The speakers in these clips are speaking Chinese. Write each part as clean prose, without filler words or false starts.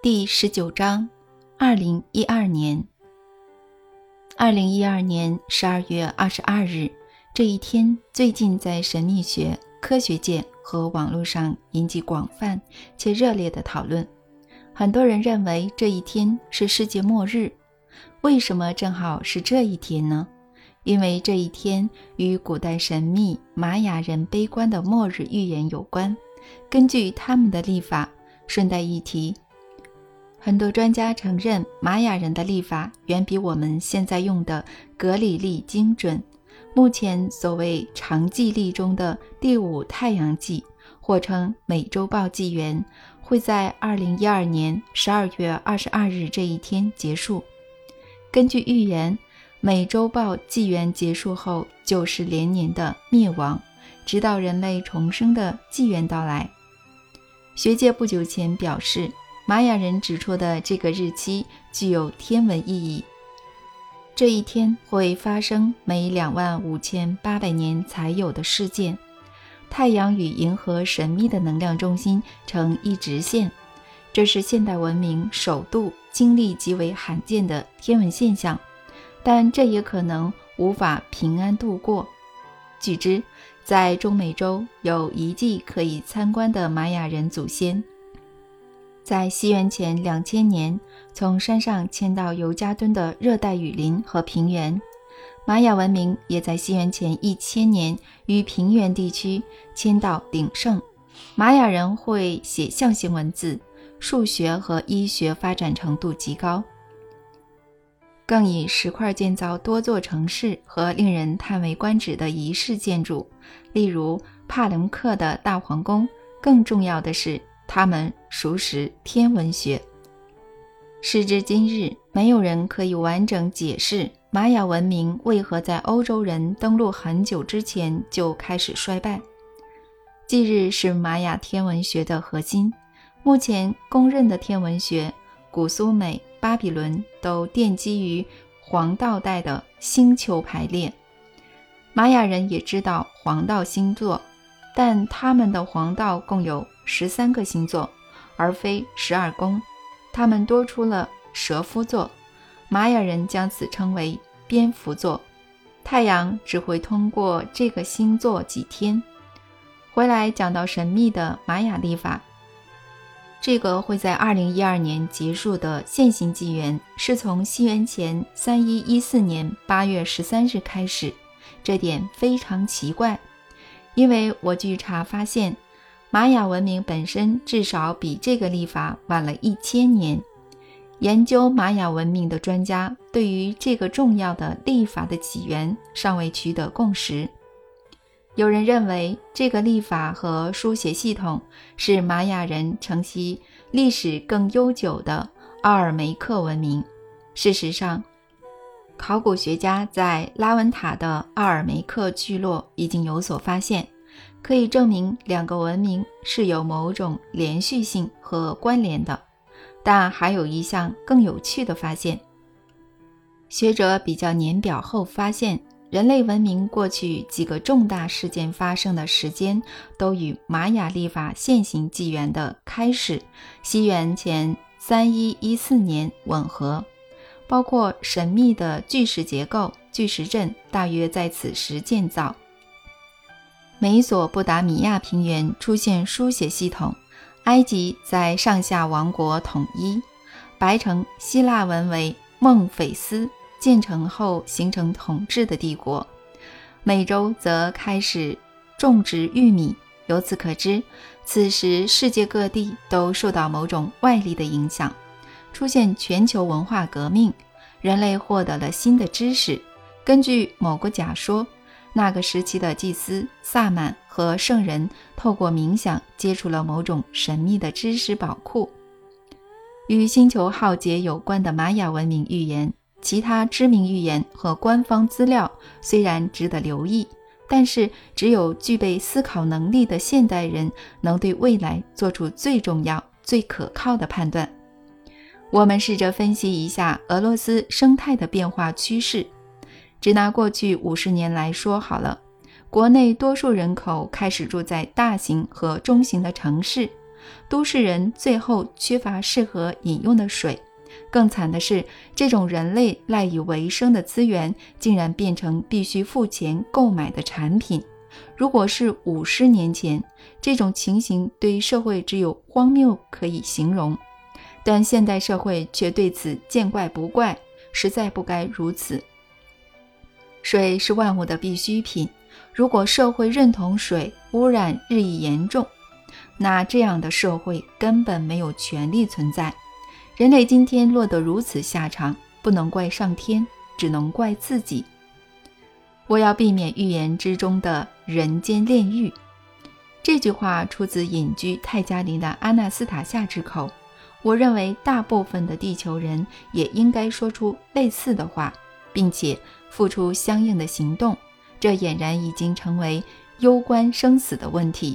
第19章2012年2012年12月22日，这一天最近在神秘学、科学界和网络上引起广泛且热烈的讨论。很多人认为这一天是世界末日。为什么正好是这一天呢？因为这一天与古代神秘玛雅人悲观的末日预言有关。根据他们的历法，顺带一提，很多专家承认玛雅人的历法远比我们现在用的格里历精准。目前所谓长纪历中的第5太阳纪，或称美洲豹纪元，会在2012年12月22日这一天结束。根据预言，美洲豹纪元结束后就是连年的灭亡，直到人类重生的纪元到来。学界不久前表示，玛雅人指出的这个日期具有天文意义。这一天会发生每25800年才有的事件，太阳与银河神秘的能量中心成一直线，这是现代文明首度经历极为罕见的天文现象，但这也可能无法平安度过。据知，在中美洲有遗迹可以参观的玛雅人祖先，在西元前2000年从山上迁到尤加敦的热带雨林和平原。玛雅文明也在西元前1000年于平原地区迁到鼎盛。玛雅人会写象形文字，数学和医学发展程度极高，更以石块建造多座城市和令人叹为观止的仪式建筑，例如帕伦克的大皇宫。更重要的是，他们熟识天文学。时至今日，没有人可以完整解释玛雅文明为何在欧洲人登陆很久之前就开始衰败。忌日是玛雅天文学的核心，目前公认的天文学，古苏美、巴比伦都奠基于黄道带的星球排列。玛雅人也知道黄道星座，但他们的黄道共有13个星座，而非12宫，他们多出了蛇夫座，玛雅人将此称为蝙蝠座。太阳只会通过这个星座几天。回来讲到神秘的玛雅历法，这个会在2012年结束的现行纪元是从西元前3114年8月13日开始，这点非常奇怪，因为我据查发现，玛雅文明本身至少比这个历法晚了1000年。研究玛雅文明的专家对于这个重要的历法的起源尚未取得共识。有人认为这个历法和书写系统是玛雅人承袭历史更悠久的奥尔梅克文明。事实上，考古学家在拉文塔的奥尔梅克聚落已经有所发现，可以证明两个文明是有某种连续性和关联的。但还有一项更有趣的发现，学者比较年表后发现，人类文明过去几个重大事件发生的时间都与玛雅历法现行纪元的开始西元前3114年吻合，包括神秘的巨石结构，巨石阵大约在此时建造。美索不达米亚平原出现书写系统，埃及在上下王国统一，白城希腊文为孟菲斯，建成后形成统治的帝国。美洲则开始种植玉米，由此可知，此时世界各地都受到某种外力的影响，出现全球文化革命，人类获得了新的知识。根据某个假说，那个时期的祭司、萨满和圣人透过冥想接触了某种神秘的知识宝库。与星球浩劫有关的玛雅文明预言，其他知名预言和官方资料虽然值得留意，但是只有具备思考能力的现代人能对未来做出最重要、最可靠的判断。我们试着分析一下俄罗斯生态的变化趋势。只拿过去50年来说好了，国内多数人口开始住在大型和中型的城市， 都市人最后缺乏适合饮用的水。更惨的是，这种人类赖以为生的资源竟然变成必须付钱购买的产品。如果是50年前，这种情形对社会只有荒谬可以形容，但现代社会却对此见怪不怪，实在不该如此。水是万物的必需品，如果社会认同水污染日益严重，那这样的社会根本没有权利存在。人类今天落得如此下场，不能怪上天，只能怪自己。我要避免预言之中的人间炼狱。这句话出自隐居泰加林的阿纳斯塔夏之口。我认为大部分的地球人也应该说出类似的话，并且付出相应的行动，这俨然已经成为攸关生死的问题。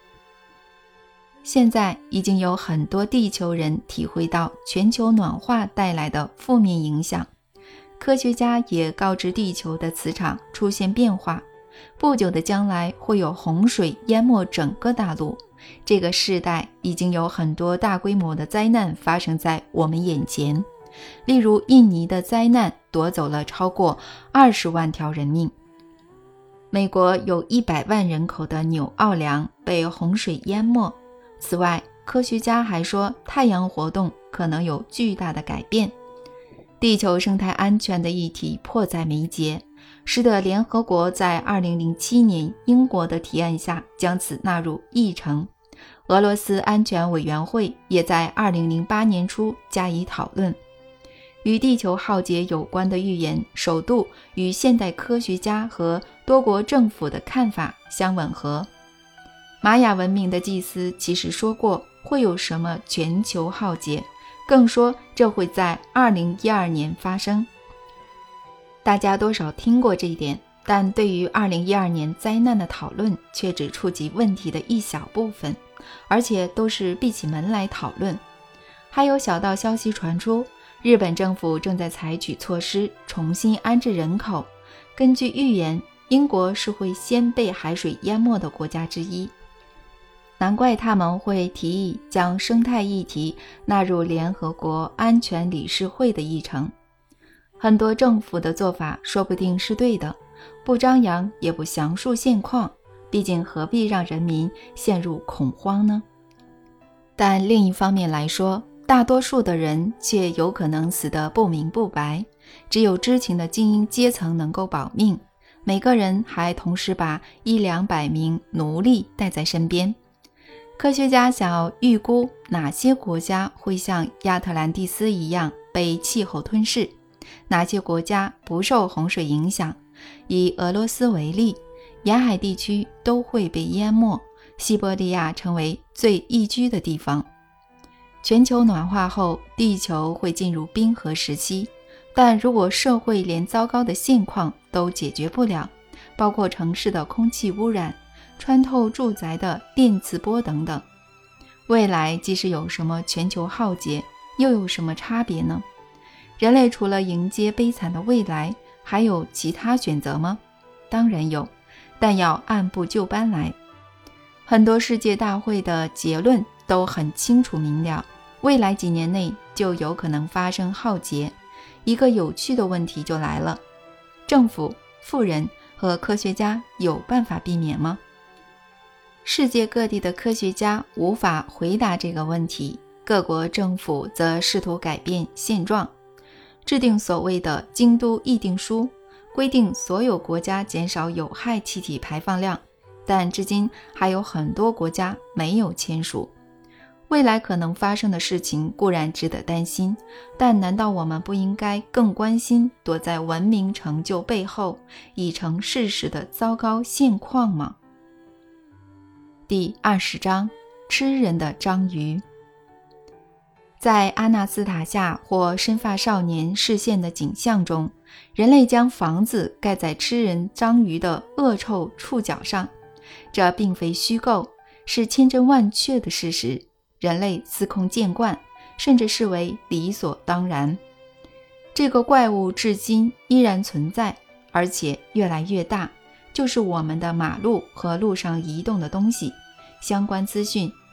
现在已经有很多地球人体会到全球暖化带来的负面影响，科学家也告知地球的磁场出现变化，不久的将来会有洪水淹没整个大陆。这个世代已经有很多大规模的灾难发生在我们眼前，例如印尼的灾难夺走了超过20万条人命。美国有100万人口的纽奥良被洪水淹没。此外，科学家还说太阳活动可能有巨大的改变。地球生态安全的议题迫在眉睫，使得联合国在2007年英国的提案下将此纳入议程。俄罗斯安全委员会也在2008年初加以讨论。与地球浩劫有关的预言首度与现代科学家和多国政府的看法相吻合。玛雅文明的祭司其实说过会有什么全球浩劫，更说这会在2012年发生。大家多少听过这一点，但对于2012年灾难的讨论却只触及问题的一小部分，而且都是闭起门来讨论。还有小道消息传出，日本政府正在采取措施重新安置人口。根据预言，英国是会先被海水淹没的国家之一。难怪他们会提议将生态议题纳入联合国安全理事会的议程。很多政府的做法说不定是对的，不张扬也不详述现况，毕竟何必让人民陷入恐慌呢？但另一方面来说，大多数的人却有可能死得不明不白，只有知情的精英阶层能够保命，每个人还同时把100-200名奴隶带在身边。科学家想要预估哪些国家会像亚特兰蒂斯一样被气候吞噬，哪些国家不受洪水影响。以俄罗斯为例，沿海地区都会被淹没，西伯利亚成为最宜居的地方。全球暖化后，地球会进入冰河时期，但如果社会连糟糕的现况都解决不了，包括城市的空气污染、穿透住宅的电磁波等等，未来即使有什么全球浩劫，又有什么差别呢？人类除了迎接悲惨的未来，还有其他选择吗？当然有，但要按部就班来。很多世界大会的结论都很清楚明了，未来几年内就有可能发生浩劫。一个有趣的问题就来了，政府、富人和科学家有办法避免吗？世界各地的科学家无法回答这个问题，各国政府则试图改变现状，制定所谓的京都议定书，规定所有国家减少有害气体排放量，但至今还有很多国家没有签署。未来可能发生的事情固然值得担心，但难道我们不应该更关心躲在文明成就背后已成事实的糟糕现况吗？第20章，吃人的章鱼。在阿纳斯塔夏或深发少年视线的景象中，人类将房子盖在吃人章鱼的恶臭触角上，这并非虚构，是千真万确的事实。人类司空见惯，甚至视为理所当然。这个怪物至今依然存在，而且越来越大，就是我们的马路和路上移动的东西。相关资讯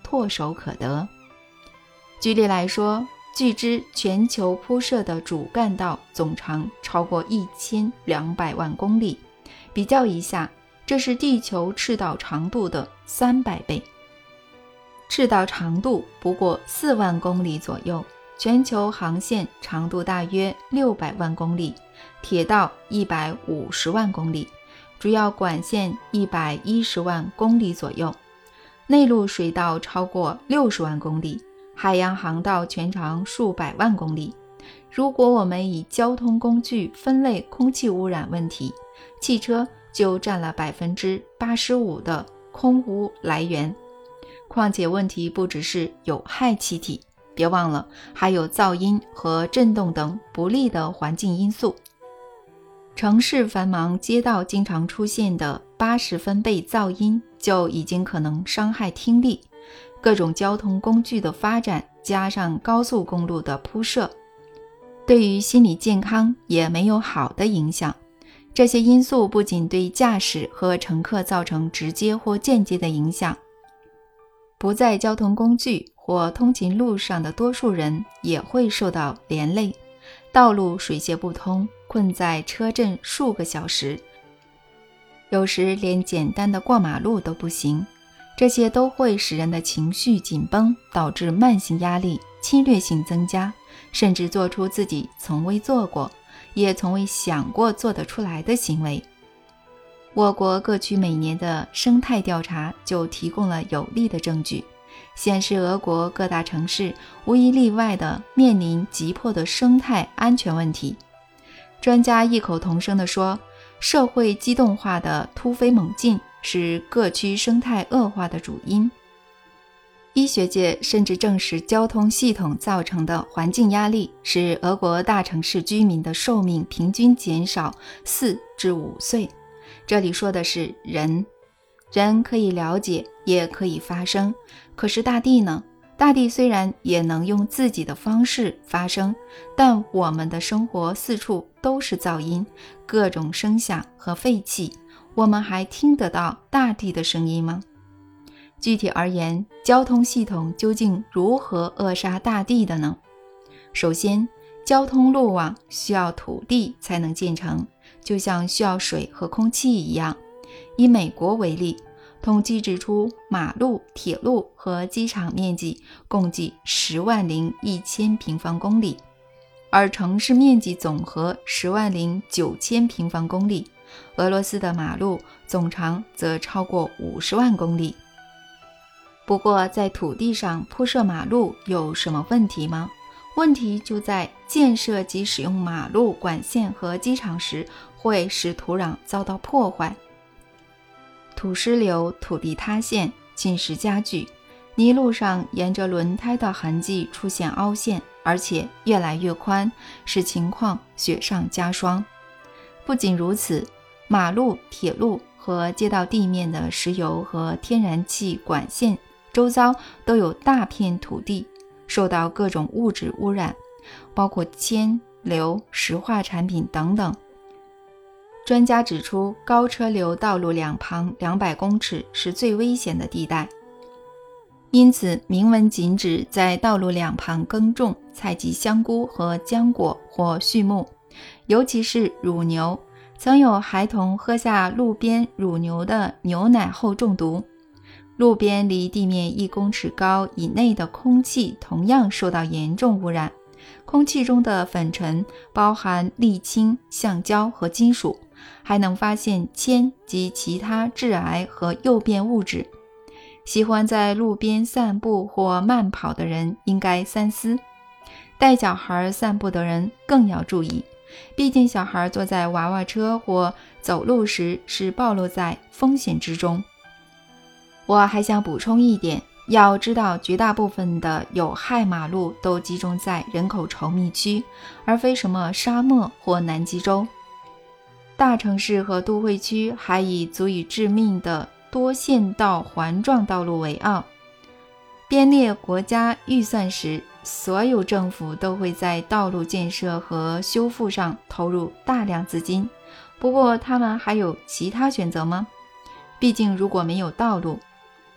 唾手可得。举例来说，据知全球铺设的主干道总长超过1200万公里，比较一下，这是地球赤道长度的300倍。赤道长度不过4万公里左右，全球航线长度大约600万公里，铁道150万公里，主要管线110万公里左右，内陆水道超过60万公里，海洋航道全长数百万公里。如果我们以交通工具分类空气污染问题，汽车就占了85%的空污来源。况且问题不只是有害气体，别忘了还有噪音和震动等不利的环境因素。城市繁忙街道经常出现的80分贝噪音就已经可能伤害听力，各种交通工具的发展加上高速公路的铺设，对于心理健康也没有好的影响。这些因素不仅对驾驶和乘客造成直接或间接的影响，不在交通工具或通勤路上的多数人也会受到连累。道路水泄不通，困在车阵数个小时，有时连简单的过马路都不行，这些都会使人的情绪紧绷，导致慢性压力、侵略性增加，甚至做出自己从未做过也从未想过做得出来的行为。我国各区每年的生态调查就提供了有力的证据，显示俄国各大城市无一例外地面临急迫的生态安全问题。专家异口同声地说，社会机动化的突飞猛进是各区生态恶化的主因。医学界甚至证实，交通系统造成的环境压力使俄国大城市居民的寿命平均减少4至5岁。这里说的是人可以了解，也可以发声，可是大地呢？大地虽然也能用自己的方式发声，但我们的生活四处都是噪音，各种声响和废气，我们还听得到大地的声音吗？具体而言，交通系统究竟如何扼杀大地的呢？首先，交通路网需要土地才能建成，就像需要水和空气一样。以美国为例，统计指出，马路、铁路和机场面积共计101000平方公里，而城市面积总和109000平方公里。俄罗斯的马路总长则超过50万公里。不过，在土地上铺设马路有什么问题吗？问题就在建设及使用马路管线和机场时，会使土壤遭到破坏。土石流、土地塌陷、侵蚀家具，泥路上沿着轮胎的痕迹出现凹陷，而且越来越宽，使情况雪上加霜。不仅如此，马路、铁路和接到地面的石油和天然气管线周遭都有大片土地受到各种物质污染，包括铅、硫、石化产品等等。专家指出，高车流道路两旁200公尺是最危险的地带，因此明文禁止在道路两旁耕种、采集香菇和浆果或畜牧，尤其是乳牛。曾有孩童喝下路边乳牛的牛奶后中毒。路边离地面1公尺高以内的空气同样受到严重污染，空气中的粉尘包含沥青、橡胶和金属，还能发现铅及其他致癌和诱变物质。喜欢在路边散步或慢跑的人应该三思，带小孩散步的人更要注意，毕竟小孩坐在娃娃车或走路时是暴露在风险之中。我还想补充一点，要知道绝大部分的有害马路都集中在人口稠密区，而非什么沙漠或南极洲。大城市和都会区还以足以致命的多线道环状道路为傲。编列国家预算时，所有政府都会在道路建设和修复上投入大量资金。不过他们还有其他选择吗？毕竟如果没有道路，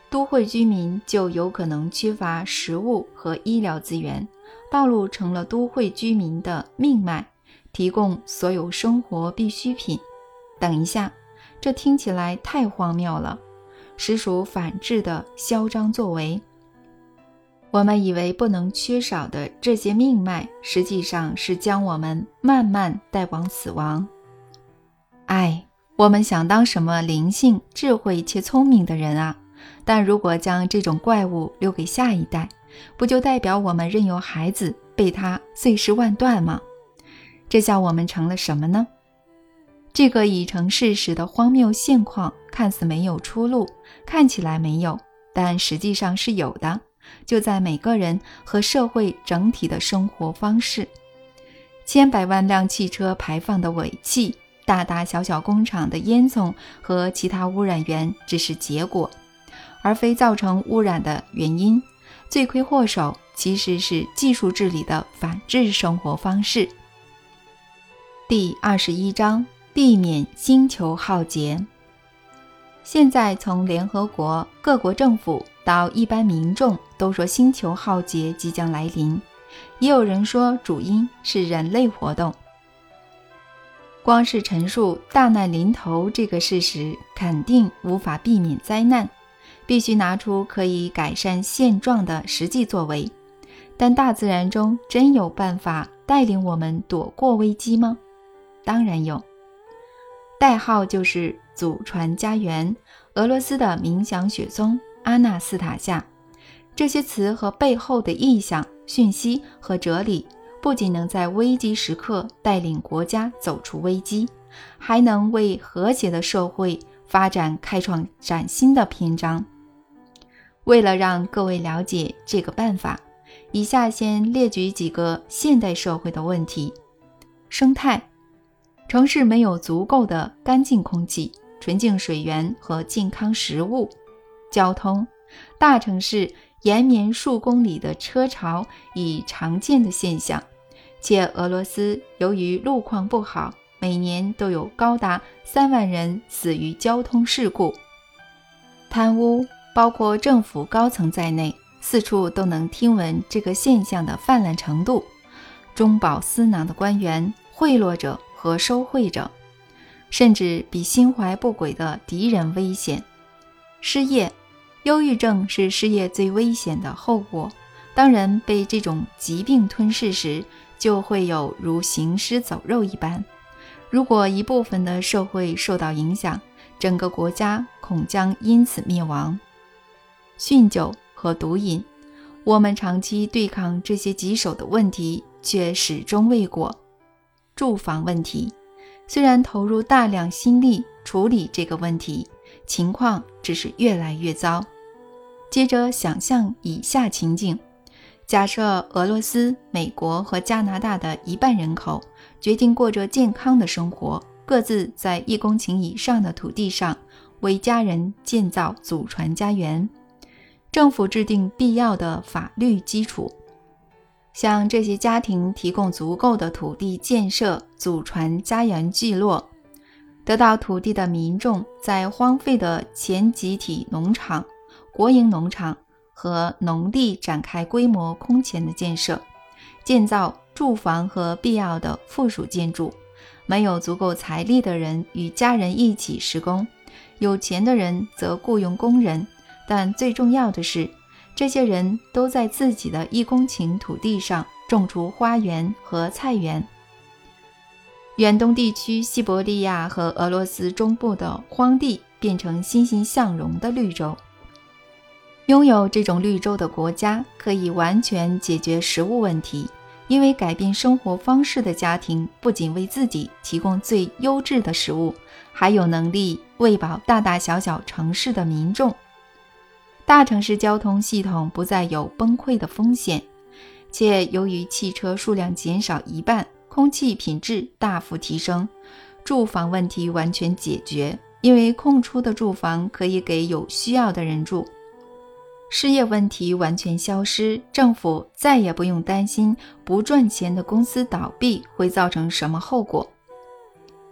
都会居民就有可能缺乏食物和医疗资源，道路成了都会居民的命脉，提供所有生活必需品。等一下，这听起来太荒谬了，实属反智的嚣张作为。我们以为不能缺少的这些命脉，实际上是将我们慢慢带往死亡。我们想当什么灵性、智慧且聪明的人啊！但如果将这种怪物留给下一代，不就代表我们任由孩子被他碎尸万段吗？这下我们成了什么呢？这个已成事实的荒谬现况看似没有出路，看起来没有，但实际上是有的，就在每个人和社会整体的生活方式。千百万辆汽车排放的尾气，大大小小工厂的烟囱和其他污染源只是结果，而非造成污染的原因。罪魁祸首其实是技术治理的反智生活方式。第21章，避免星球浩劫。现在从联合国、各国政府到一般民众都说星球浩劫即将来临，也有人说主因是人类活动。光是陈述大难临头这个事实，肯定无法避免灾难，必须拿出可以改善现状的实际作为。但大自然中真有办法带领我们躲过危机吗？当然有。代号就是祖传家园，俄罗斯的冥想雪松阿纳斯塔夏。这些词和背后的意象、讯息和哲理，不仅能在危机时刻带领国家走出危机，还能为和谐的社会发展开创崭新的篇章。为了让各位了解这个办法，以下先列举几个现代社会的问题。生态，城市没有足够的干净空气、纯净水源和健康食物。交通，大城市延绵数公里的车潮已常见的现象，且俄罗斯由于路况不好，每年都有高达3万人死于交通事故。贪污，包括政府高层在内，四处都能听闻这个现象的泛滥程度。中饱私囊的官员、贿赂者和收贿者，甚至比心怀不轨的敌人危险。失业，忧郁症是失业最危险的后果。当人被这种疾病吞噬时，就会有如行尸走肉一般。如果一部分的社会受到影响，整个国家恐将因此灭亡。酗酒和毒瘾，我们长期对抗这些棘手的问题，却始终未果。住房问题，虽然投入大量心力处理这个问题，情况只是越来越糟。接着想象以下情境，假设俄罗斯、美国和加拿大的一半人口决定过着健康的生活，各自在1公顷以上的土地上为家人建造祖传家园。政府制定必要的法律基础，向这些家庭提供足够的土地建设祖传家园聚落。得到土地的民众在荒废的前集体农场、国营农场和农地展开规模空前的建设，建造住房和必要的附属建筑。没有足够财力的人与家人一起施工，有钱的人则雇佣工人。但最重要的是，这些人都在自己的1公顷土地上种出花园和菜园。远东地区西伯利亚和俄罗斯中部的荒地变成欣欣向荣的绿洲。拥有这种绿洲的国家可以完全解决食物问题，因为改变生活方式的家庭不仅为自己提供最优质的食物，还有能力喂饱大大小小城市的民众。大城市交通系统不再有崩溃的风险，且由于汽车数量减少1半，空气品质大幅提升。住房问题完全解决，因为空出的住房可以给有需要的人住。失业问题完全消失，政府再也不用担心不赚钱的公司倒闭会造成什么后果。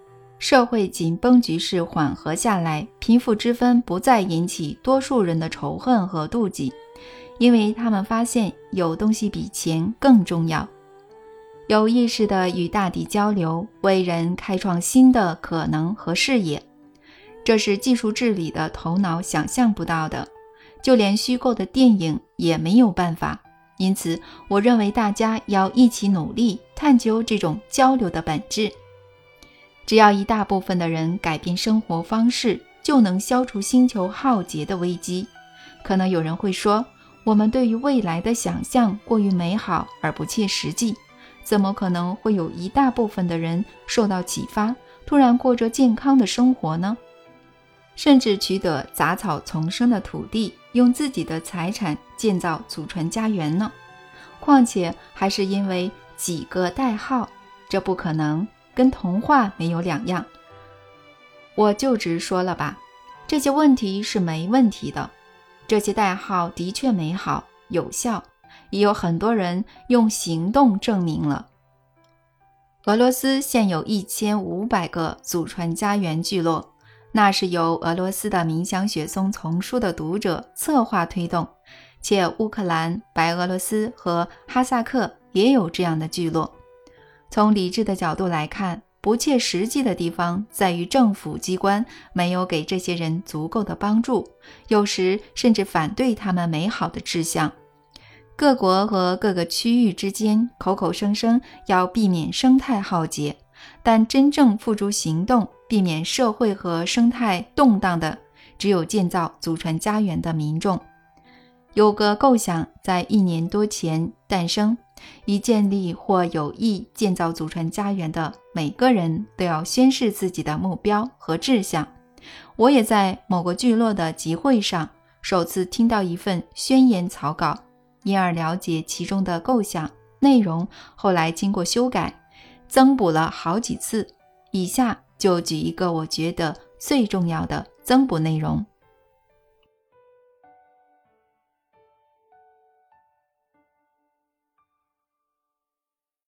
社会紧绷局势缓和下来，贫富之分不再引起多数人的仇恨和妒忌，因为他们发现有东西比钱更重要。有意识地与大地交流，为人开创新的可能和视野，这是技术治理的头脑想象不到的，就连虚构的电影也没有办法。因此，我认为大家要一起努力，探究这种交流的本质。只要一大部分的人改变生活方式，就能消除星球浩劫的危机。可能有人会说，我们对于未来的想象过于美好而不切实际，怎么可能会有一大部分的人受到启发，突然过着健康的生活呢？甚至取得杂草丛生的土地，用自己的财产建造祖传家园呢？况且还是因为几个代号，这不可能，跟童话没有两样。我就直说了吧，这些问题是没问题的，这些代号的确美好有效，也有很多人用行动证明了。俄罗斯现有1500个祖传家园聚落，那是由俄罗斯的冥想雪松丛书的读者策划推动，且乌克兰、白俄罗斯和哈萨克也有这样的聚落。从理智的角度来看，不切实际的地方在于政府机关没有给这些人足够的帮助，有时甚至反对他们美好的志向。各国和各个区域之间口口声声要避免生态浩劫，但真正付诸行动避免社会和生态动荡的，只有建造祖传家园的民众。有个构想在1年多前诞生，以建立或有意建造祖传家园的每个人都要宣示自己的目标和志向。我也在某个聚落的集会上首次听到一份宣言草稿，因而了解其中的构想内容，后来经过修改，增补了好几次。以下就举一个我觉得最重要的增补内容。